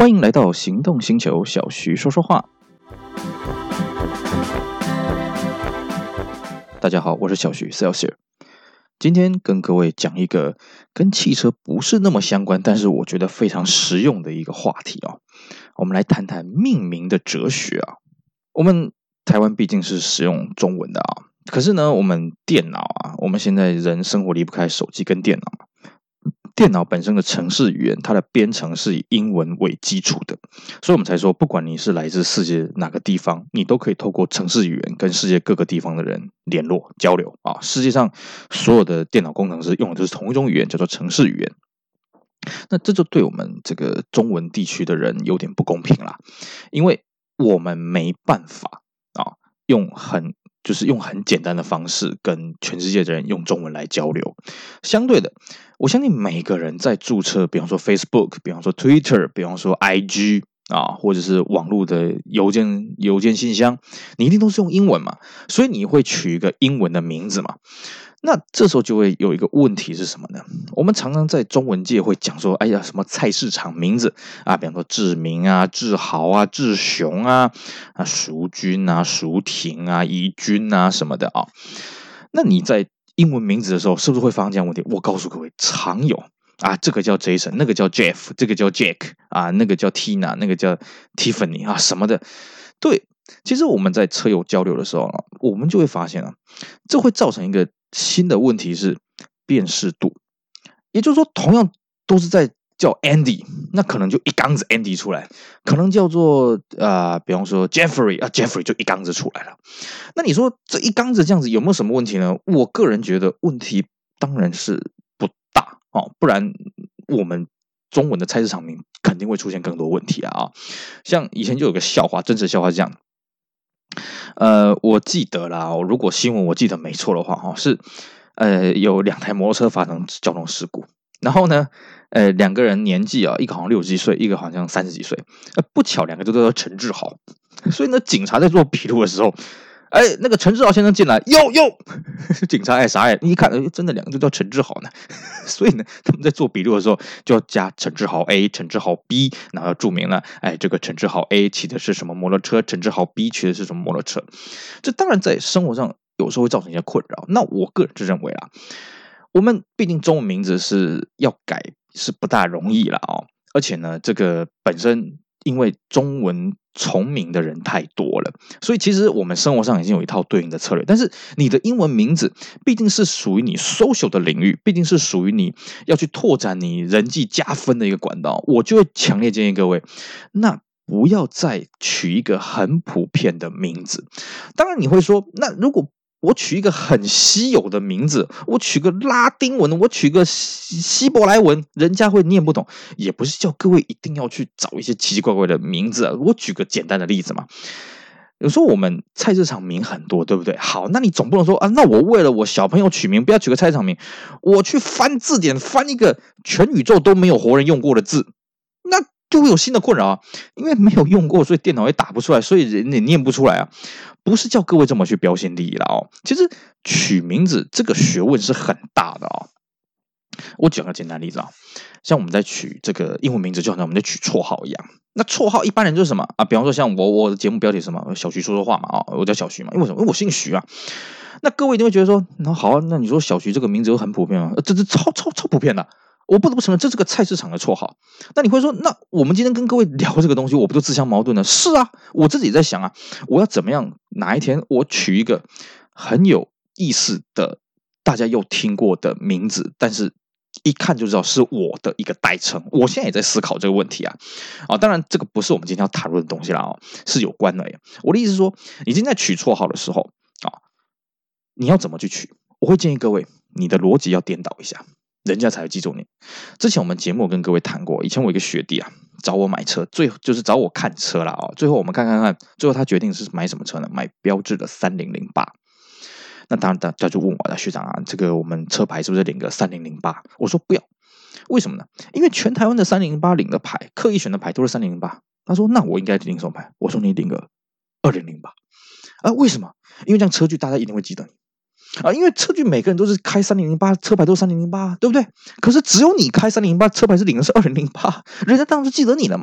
欢迎来到行动星球，小徐说说话。大家好，我是小徐 Celsius。今天跟各位讲一个跟汽车不是那么相关，但是我觉得非常实用的一个话题哦。我们来谈谈命名的哲学啊。我们台湾毕竟是使用中文的啊，可是呢，我们电脑啊，我们现在人生活离不开手机跟电脑嘛。电脑本身的程式语言，它的编程是以英文为基础的，所以我们才说，不管你是来自世界哪个地方，你都可以透过程式语言跟世界各个地方的人联络交流啊。世界上所有的电脑工程师用的就是同一种语言，叫做程式语言。那这就对我们这个中文地区的人有点不公平啦，因为我们没办法啊，用很简单的方式跟全世界的人用中文来交流。相对的，我相信每个人在注册，比方说 Facebook， 比方说 Twitter， 比方说 IG 啊，或者是网络的邮件信箱，你一定都是用英文嘛，所以你会取一个英文的名字嘛。那这时候就会有一个问题是什么呢？我们常常在中文界会讲说，哎呀，什么菜市场名字啊，比方说志明啊、志豪啊、志雄啊、淑君啊、淑婷啊、怡君啊什么的啊。那你在英文名字的时候，是不是会发生这样的问题？我告诉各位，常有啊，这个叫 Jason， 那个叫 Jeff， 这个叫 Jack 啊，那个叫 Tina， 那个叫 Tiffany 啊什么的。对，其实我们在车友交流的时候啊，我们就会发现啊，这会造成一个新的问题是辨识度。也就是说，同样都是在叫 Andy， 那可能就一缸子 Andy 出来，可能叫做比方说 Jeffrey 啊 ，Jeffrey 就一缸子出来了。那你说这一缸子这样子有没有什么问题呢？我个人觉得问题当然是不大哦，不然我们中文的菜市场名肯定会出现更多问题啊。像以前就有个笑话，真实笑话是这样。我记得啦，如果新闻我记得没错的话，是有2台摩托车发生交通事故，然后呢，2个人年纪啊，一个好像60几岁，一个好像30几岁，不巧2个都叫陈志豪，所以呢，警察在做笔录的时候，那个陈志豪先生进来，哟，警察傻眼，你一看，真的2个都叫陈志豪呢，所以呢，他们在做笔录的时候就要加陈志豪 A、陈志豪 B， 然后要注明了，这个陈志豪 A 骑的是什么摩托车，陈志豪 B 骑的是什么摩托车，这当然在生活上有时候会造成一些困扰。那我个人就认为啦，我们毕竟中文名字是要改是不大容易啦哦，而且呢，这个本身因为中文重名的人太多了，所以其实我们生活上已经有一套对应的策略。但是你的英文名字毕竟是属于你 social 的领域，毕竟是属于你要去拓展你人际加分的一个管道，我就会强烈建议各位，那不要再取一个很普遍的名字。当然你会说，那如果我取一个很稀有的名字，我取个拉丁文，我取个希伯来文，人家会念不懂。也不是叫各位一定要去找一些奇奇怪怪的名字啊。我举个简单的例子嘛，有时候我们菜市场名很多，对不对？好，那你总不能说啊，那我为了我小朋友取名，不要取个菜市场名，我去翻字典，翻一个全宇宙都没有活人用过的字，那就会有新的困扰啊，因为没有用过，所以电脑也打不出来，所以人也念不出来啊。不是叫各位这么去标新立异啦哦。其实取名字这个学问是很大的哦。我讲个简单例子啊，像我们在取这个英文名字，就好像我们在取绰号一样。那绰号一般人就是什么啊？比方说像我的节目标题是什么？小徐说说话嘛啊，我叫小徐嘛，因为什么？因为我姓徐啊。那各位一定会觉得说，那好啊，那你说小徐这个名字又很普遍吗？这超普遍的。我不得不承认，这是个菜市场的绰号。那你会说，那我们今天跟各位聊这个东西，我不就自相矛盾了？是啊，我自己在想啊，我要怎么样哪一天我取一个很有意思的、大家又听过的名字，但是一看就知道是我的一个代称。我现在也在思考这个问题啊。当然这个不是我们今天要谈论的东西啦哦，是有关的。我的意思是说，你今天在取绰号的时候啊，你要怎么去取？我会建议各位，你的逻辑要颠倒一下。人家才会记住你。之前我们节目跟各位谈过，以前我一个学弟啊，找我买车，就是找我看车啦哦。最后我们看，最后他决定是买什么车呢？买标致的3008。那当然，大家就问我了，学长啊，这个我们车牌是不是领个3008？我说不要，为什么呢？因为全台湾的3008领的牌，刻意选的牌都是3008。他说那我应该领什么牌？我说你领个2008。为什么？因为这样车距大家一定会记得你。因为车距每个人都是开3008，车牌都是3008，对不对？可是只有你开3008，车牌是领的是2008，人家当然就记得你了嘛。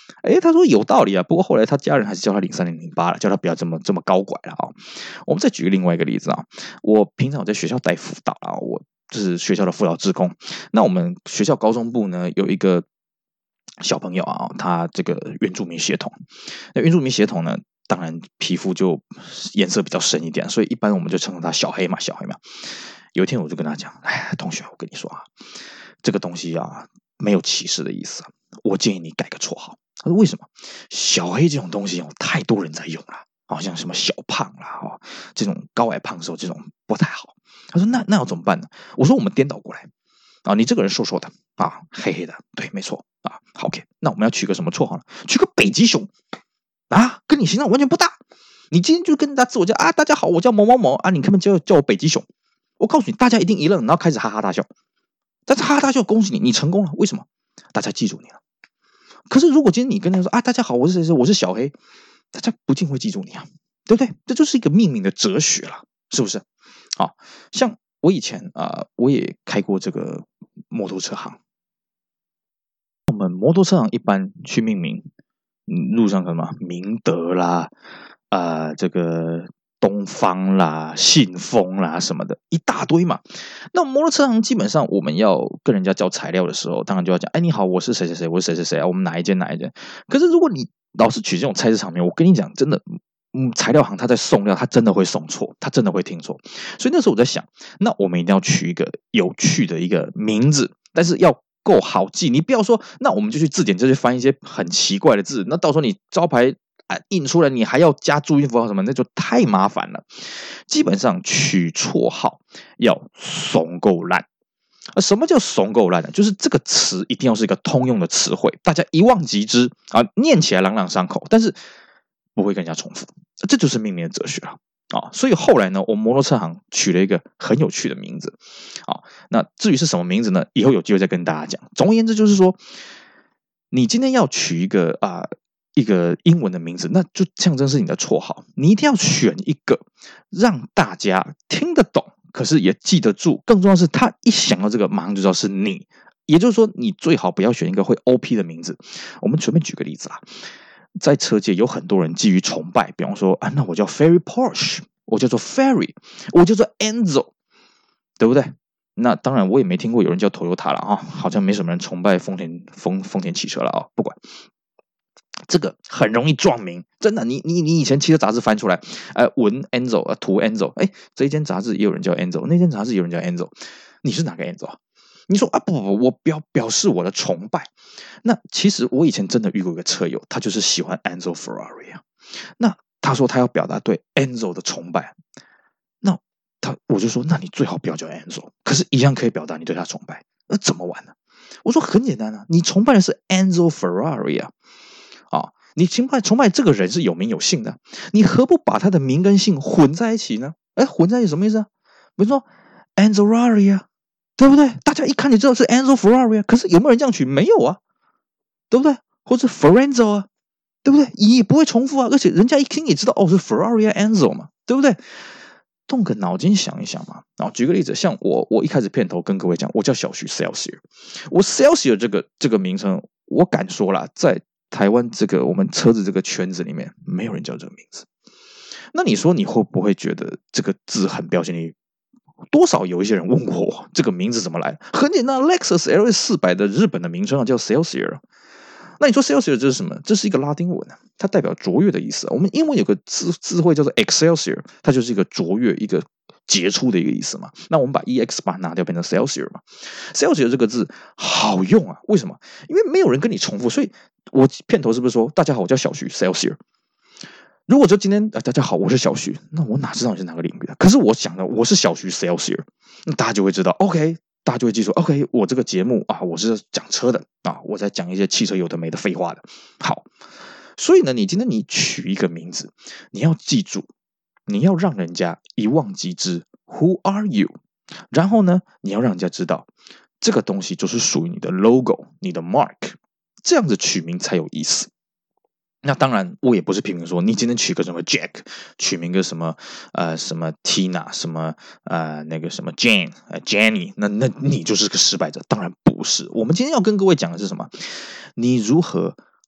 他说有道理啊，不过后来他家人还是叫他领3008了，叫他不要这么高拐了啊。我们再举另外一个例子啊，我平常在学校带辅导啊，我就是学校的辅导志工。那我们学校高中部呢有一个小朋友啊，他这个原住民血统，那原住民血统呢，当然皮肤就颜色比较深一点，所以一般我们就称呼他小黑嘛。有一天我就跟他讲，同学，我跟你说啊，这个东西啊没有歧视的意思啊，我建议你改个绰号。他说为什么？小黑这种东西太多人在用了，好像什么小胖啦，这种高矮胖瘦这种不太好。他说那要怎么办呢？我说我们颠倒过来啊，你这个人瘦瘦的啊，黑黑的，对，没错啊。好 ，OK， 那我们要取个什么绰号呢？取个北极熊啊，跟你形象完全不搭。你今天就跟大家自我介绍啊，大家好，我叫某某某啊，你可不可以叫我北极熊？我告诉你，大家一定一愣，然后开始哈哈大笑。但是哈哈大笑，恭喜你，你成功了。为什么？大家记住你了。可是如果今天你跟他说啊，大家好，我是谁谁，我是小黑，大家不尽会记住你啊，对不对？这就是一个命名的哲学了，是不是？好，像我以前我也开过这个摩托车行。我们摩托车行一般去命名，路上什么明德啦，这个东方啦、信丰啦什么的，一大堆嘛。那摩托车行基本上我们要跟人家交材料的时候，当然就要讲，你好，我是谁谁谁，我是谁谁谁啊，我们哪一间。可是如果你老是取这种菜市场名，我跟你讲，真的，材料行他在送料，他真的会送错，他真的会听错。所以那时候我在想，那我们一定要取一个有趣的一个名字，但是要够好记。你不要说，那我们就去字典就去翻一些很奇怪的字，那到时候你招牌印出来，你还要加注音符号什么，那就太麻烦了。基本上取绰号要怂够烂。什么叫怂够烂呢？就是这个词一定要是一个通用的词汇，大家一望即知啊，念起来朗朗上口，但是不会跟人家重复。这就是命名的哲学了啊。所以后来呢，我们摩托车行取了一个很有趣的名字啊。那至于是什么名字呢？以后有机会再跟大家讲。总而言之，就是说，你今天要取一个一个英文的名字，那就象征是你的绰号。你一定要选一个让大家听得懂，可是也记得住。更重要的是，他一想到这个，马上就知道是你。也就是说，你最好不要选一个会 OP 的名字。我们随便举个例子啦，在车界有很多人基于崇拜，比方说那我叫 Ferry Porsche， 我叫做 Ferry， 我叫做 Enzo， 对不对？那当然，我也没听过有人叫 Toyota 了啊，好像没什么人崇拜丰田汽车了啊。不管，这个很容易撞名，真的。你以前汽车杂志翻出来，文 Enzo， 图 Enzo， 这一间杂志也有人叫 Enzo， 那间杂志有人叫 Enzo， 你是哪个 Enzo 啊？你说不，我表示我的崇拜。那其实我以前真的遇过一个车友，他就是喜欢 Enzo Ferrari 啊。那他说他要表达对 Enzo 的崇拜，那我就说，那你最好不要叫 Enzo， 可是一样可以表达你对他崇拜。那怎么玩呢？我说很简单啊，你崇拜的是 Enzo Ferrari 啊。你崇拜这个人是有名有姓的，你何不把他的名跟姓混在一起呢？混在一起什么意思啊？比如说 Enzo Ferrari 啊，对不对？大家一看就知道是 Enzo Ferrari 啊，可是有没有人这样取？没有啊，对不对？或者 Ferenzo 啊，对不对？也不会重复啊，而且人家一听也知道是 Ferrari Enzo 嘛，对不对？动个脑筋想一想嘛。举个例子，像我一开始片头跟各位讲，我叫小徐 Celsius， 我 Celsius 这个名称，我敢说啦，在台湾这个我们车子这个圈子里面，没有人叫这个名字。那你说你会不会觉得这个字很标签力？多少有一些人问过我，这个名字怎么来？很简单 ，Lexus LS400的日本的名称叫 Celsius。那你说 Celsius 这是什么？这是一个拉丁文，它代表卓越的意思。我们英文有个字汇叫做 Excelsior， 它就是一个卓越、一个杰出的一个意思嘛。那我们把 EX 把它拿掉，变成 Celsius 嘛。Celsius 这个字好用啊，为什么？因为没有人跟你重复，所以我片头是不是说大家好，我叫小徐 Celsius？ 如果说今天大家好，我是小徐，那我哪知道你是哪个领域的？可是我想的我是小徐 Celsius， 那大家就会知道 OK。大家就会记住 ，OK， 我这个节目我是讲车的我在讲一些汽车有的没的废话的。好，所以呢，你今天你取一个名字，你要记住，你要让人家一望即知 ，Who are you？ 然后呢，你要让人家知道这个东西就是属于你的 logo， 你的 mark， 这样子取名才有意思。那当然，我也不是批评说你今天取个什么 Jack， 取名个什么什么 Tina， 什么那个什么 Jenny， 那你就是个失败者。当然不是。我们今天要跟各位讲的是什么？你如何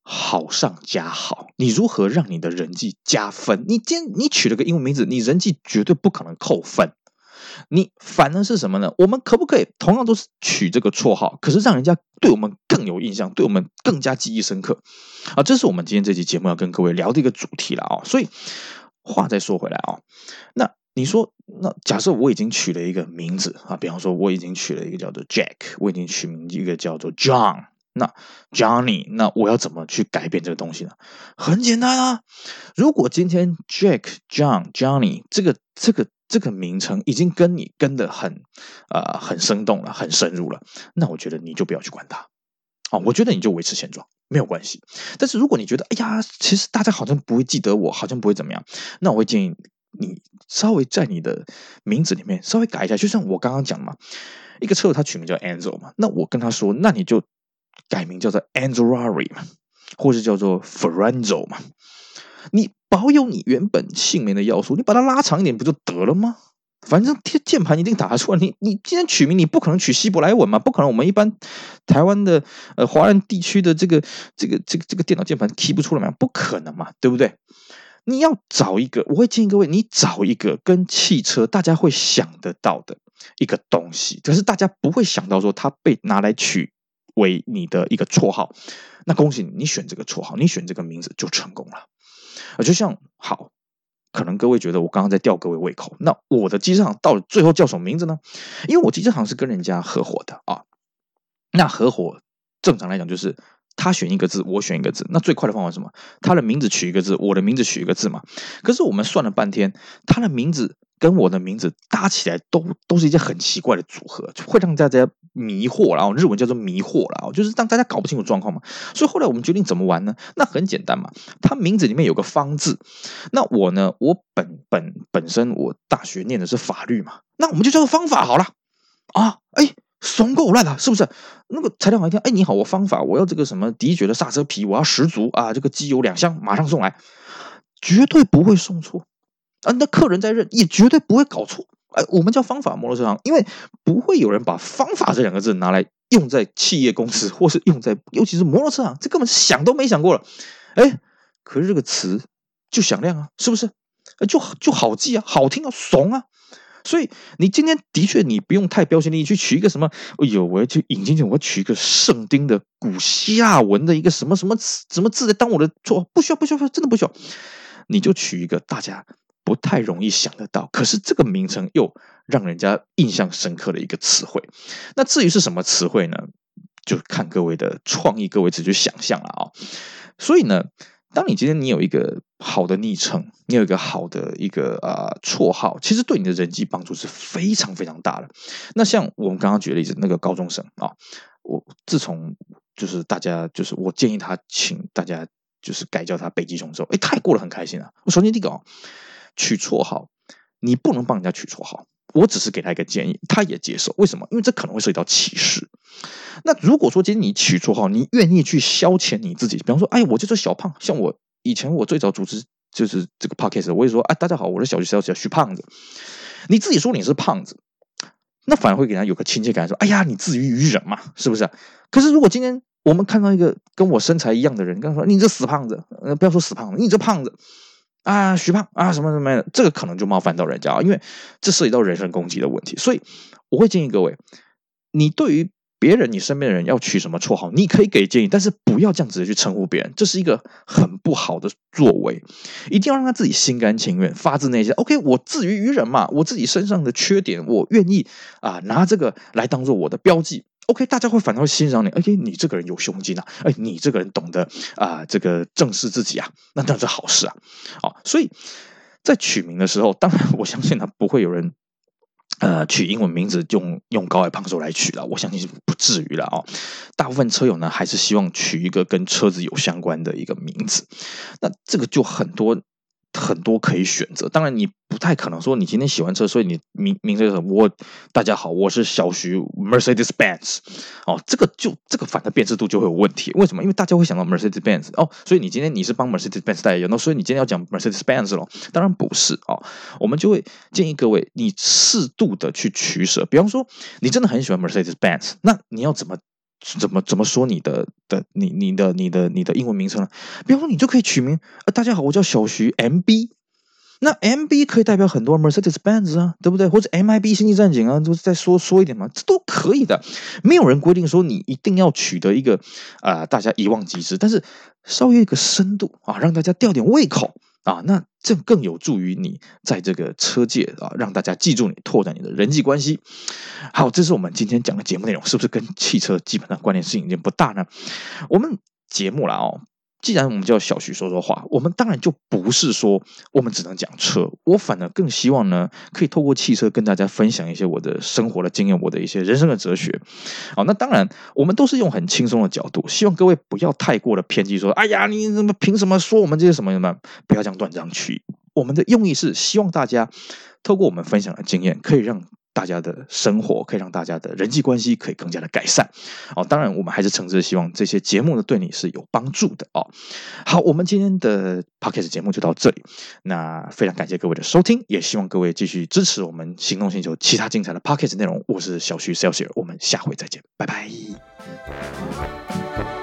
好上加好，你如何让你的人际加分？你今天你取了个英文名字，你人际绝对不可能扣分。你反而是什么呢？我们可不可以同样都是取这个绰号，可是让人家对我们更有印象，对我们更加记忆深刻啊？这是我们今天这期节目要跟各位聊的一个主题了啊。所以话再说回来啊，那你说，那假设我已经取了一个名字啊，比方说我已经取了一个叫做 Jack， 我已经取名一个叫做 John。那 Johnny， 那我要怎么去改变这个东西呢？很简单啊，如果今天 Jack、John、Johnny 这个名称已经跟你跟得很生动了，很深入了，那我觉得你就不要去管它。我觉得你就维持现状没有关系。但是如果你觉得哎呀，其实大家好像不会记得我，好像不会怎么样，那我会建议你稍微在你的名字里面稍微改一下。就像我刚刚讲嘛，一个车友他取名叫 Enzo 嘛，那我跟他说，那你就改名叫做 Enzorari 嘛，或是叫做 Ferranzo 嘛。你保有你原本姓名的要素，你把它拉长一点不就得了吗？反正键盘一定打得出来。你今天取名，你不可能取希伯来文嘛，不可能我们一般台湾的华人地区的这个电脑键盘 key 不出来嘛，不可能嘛，对不对？你要找一个，我会建议各位，你找一个跟汽车大家会想得到的一个东西，可是大家不会想到说它被拿来取为你的一个绰号。那恭喜你，你选这个绰号，你选这个名字就成功了。就像好，可能各位觉得我刚刚在吊各位胃口，那我的机车行到底最后叫什么名字呢？因为我机车行是跟人家合伙的啊，那合伙正常来讲就是他选一个字，我选一个字，那最快的方法是什么？他的名字取一个字，我的名字取一个字嘛。可是我们算了半天，他的名字跟我的名字搭起来都是一件很奇怪的组合，会让大家迷惑啦，日文叫做迷惑啦，就是让大家搞不清楚状况嘛。所以后来我们决定怎么玩呢？那很简单嘛，他名字里面有个方字，那我呢，我本身我大学念的是法律嘛，那我们就叫做方法好了啊，怂够烂了，是不是？那个材料行一听，你好，我方法，我要这个什么迪爵的刹车皮，我要10足啊，这个机油2箱，马上送来，绝对不会送错啊。那客人在认，也绝对不会搞错。我们叫方法摩托车行，因为不会有人把方法这2个字拿来用在企业公司，或是用在尤其是摩托车行，这根本想都没想过了。可是这个词就响亮啊，是不是？就好记啊，好听啊，怂啊。所以你今天的确你不用太标新立异去取一个什么，我要去引进去，我要取一个圣经的古希腊文的一个什么字来当我的错，不需要，真的不需要。你就取一个大家不太容易想得到，可是这个名称又让人家印象深刻的一个词汇。那至于是什么词汇呢？就看各位的创意，各位自己去想象了啊。所以呢，当你今天你有一个好的昵称，你有一个好的一个绰号，其实对你的人际帮助是非常非常大的。那像我们刚刚举的例子，那个高中生啊，我自从就是大家就是我建议他请大家就是改叫他北极熊之后，他也过得很开心啊。我首先第一个取绰号，你不能帮人家取绰号。我只是给他一个建议，他也接受。为什么？因为这可能会涉及到歧视。那如果说今天你取绰号，你愿意去消遣你自己，比方说，我就是小胖。像我以前我最早主持就是这个 podcast， 我也说，大家好，我是小徐胖子。你自己说你是胖子，那反而会给人家有个亲切感，说，你自娱于人嘛，是不是？可是如果今天我们看到一个跟我身材一样的人，跟他说，你这死胖子，不要说死胖子，你这胖子。徐胖什么什么的，这个可能就冒犯到人家因为这涉及到人身攻击的问题。所以我会建议各位，你对于别人你身边的人要取什么绰号，你可以给建议，但是不要这样子去称呼别人，这是一个很不好的作为。一定要让他自己心甘情愿，发自内心。OK， 我自娱于人嘛，我自己身上的缺点，我愿意拿这个来当做我的标记。OK， 大家反而会欣赏你。你这个人有胸襟啊，你这个人懂得这个正视自己啊，那当然是好事啊。所以在取名的时候，当然我相信不会有人取英文名字用高矮胖瘦来取了，我相信是不至于了大部分车友呢还是希望取一个跟车子有相关的一个名字，那这个就很多可以选择。当然你不太可能说你今天喜欢车，所以你名字是什么？大家好，我是小徐 Mercedes Benz 这个反而辨识度就会有问题。为什么？因为大家会想到 Mercedes Benz 所以你今天你是帮 Mercedes Benz 代言，所以你今天要讲 Mercedes Benz 咯？当然不是我们就会建议各位你适度的去取舍。比方说你真的很喜欢 Mercedes Benz，那你要怎么怎么说你的英文名称呢？比方说，你就可以取名大家好，我叫小徐 MB。那 MB 可以代表很多 Mercedes-Benz 啊，对不对？或者 MIB 星际战警啊，就是再说一点嘛，这都可以的。没有人规定说你一定要取得一个大家一望即知，但是稍微有一个深度啊，让大家吊点胃口啊，那这更有助于你在这个车界啊，让大家记住你，拓展你的人际关系。好，这是我们今天讲的节目内容，是不是跟汽车基本上关联性有点不大呢？我们节目啦既然我们叫小徐说说话，我们当然就不是说我们只能讲车，我反而更希望呢，可以透过汽车跟大家分享一些我的生活的经验，我的一些人生的哲学。好，那当然我们都是用很轻松的角度，希望各位不要太过的偏激，说哎呀，你怎么凭什么说我们这些什么什么？不要这样断章取义。我们的用意是希望大家透过我们分享的经验，可以让大家的生活，可以让大家的人际关系可以更加的改善。当然我们还是诚挚的希望这些节目呢对你是有帮助的好，我们今天的 Podcast 节目就到这里，那非常感谢各位的收听，也希望各位继续支持我们行动星球其他精彩的 Podcast 内容。我是小徐 Celsius， 我们下回再见，拜拜。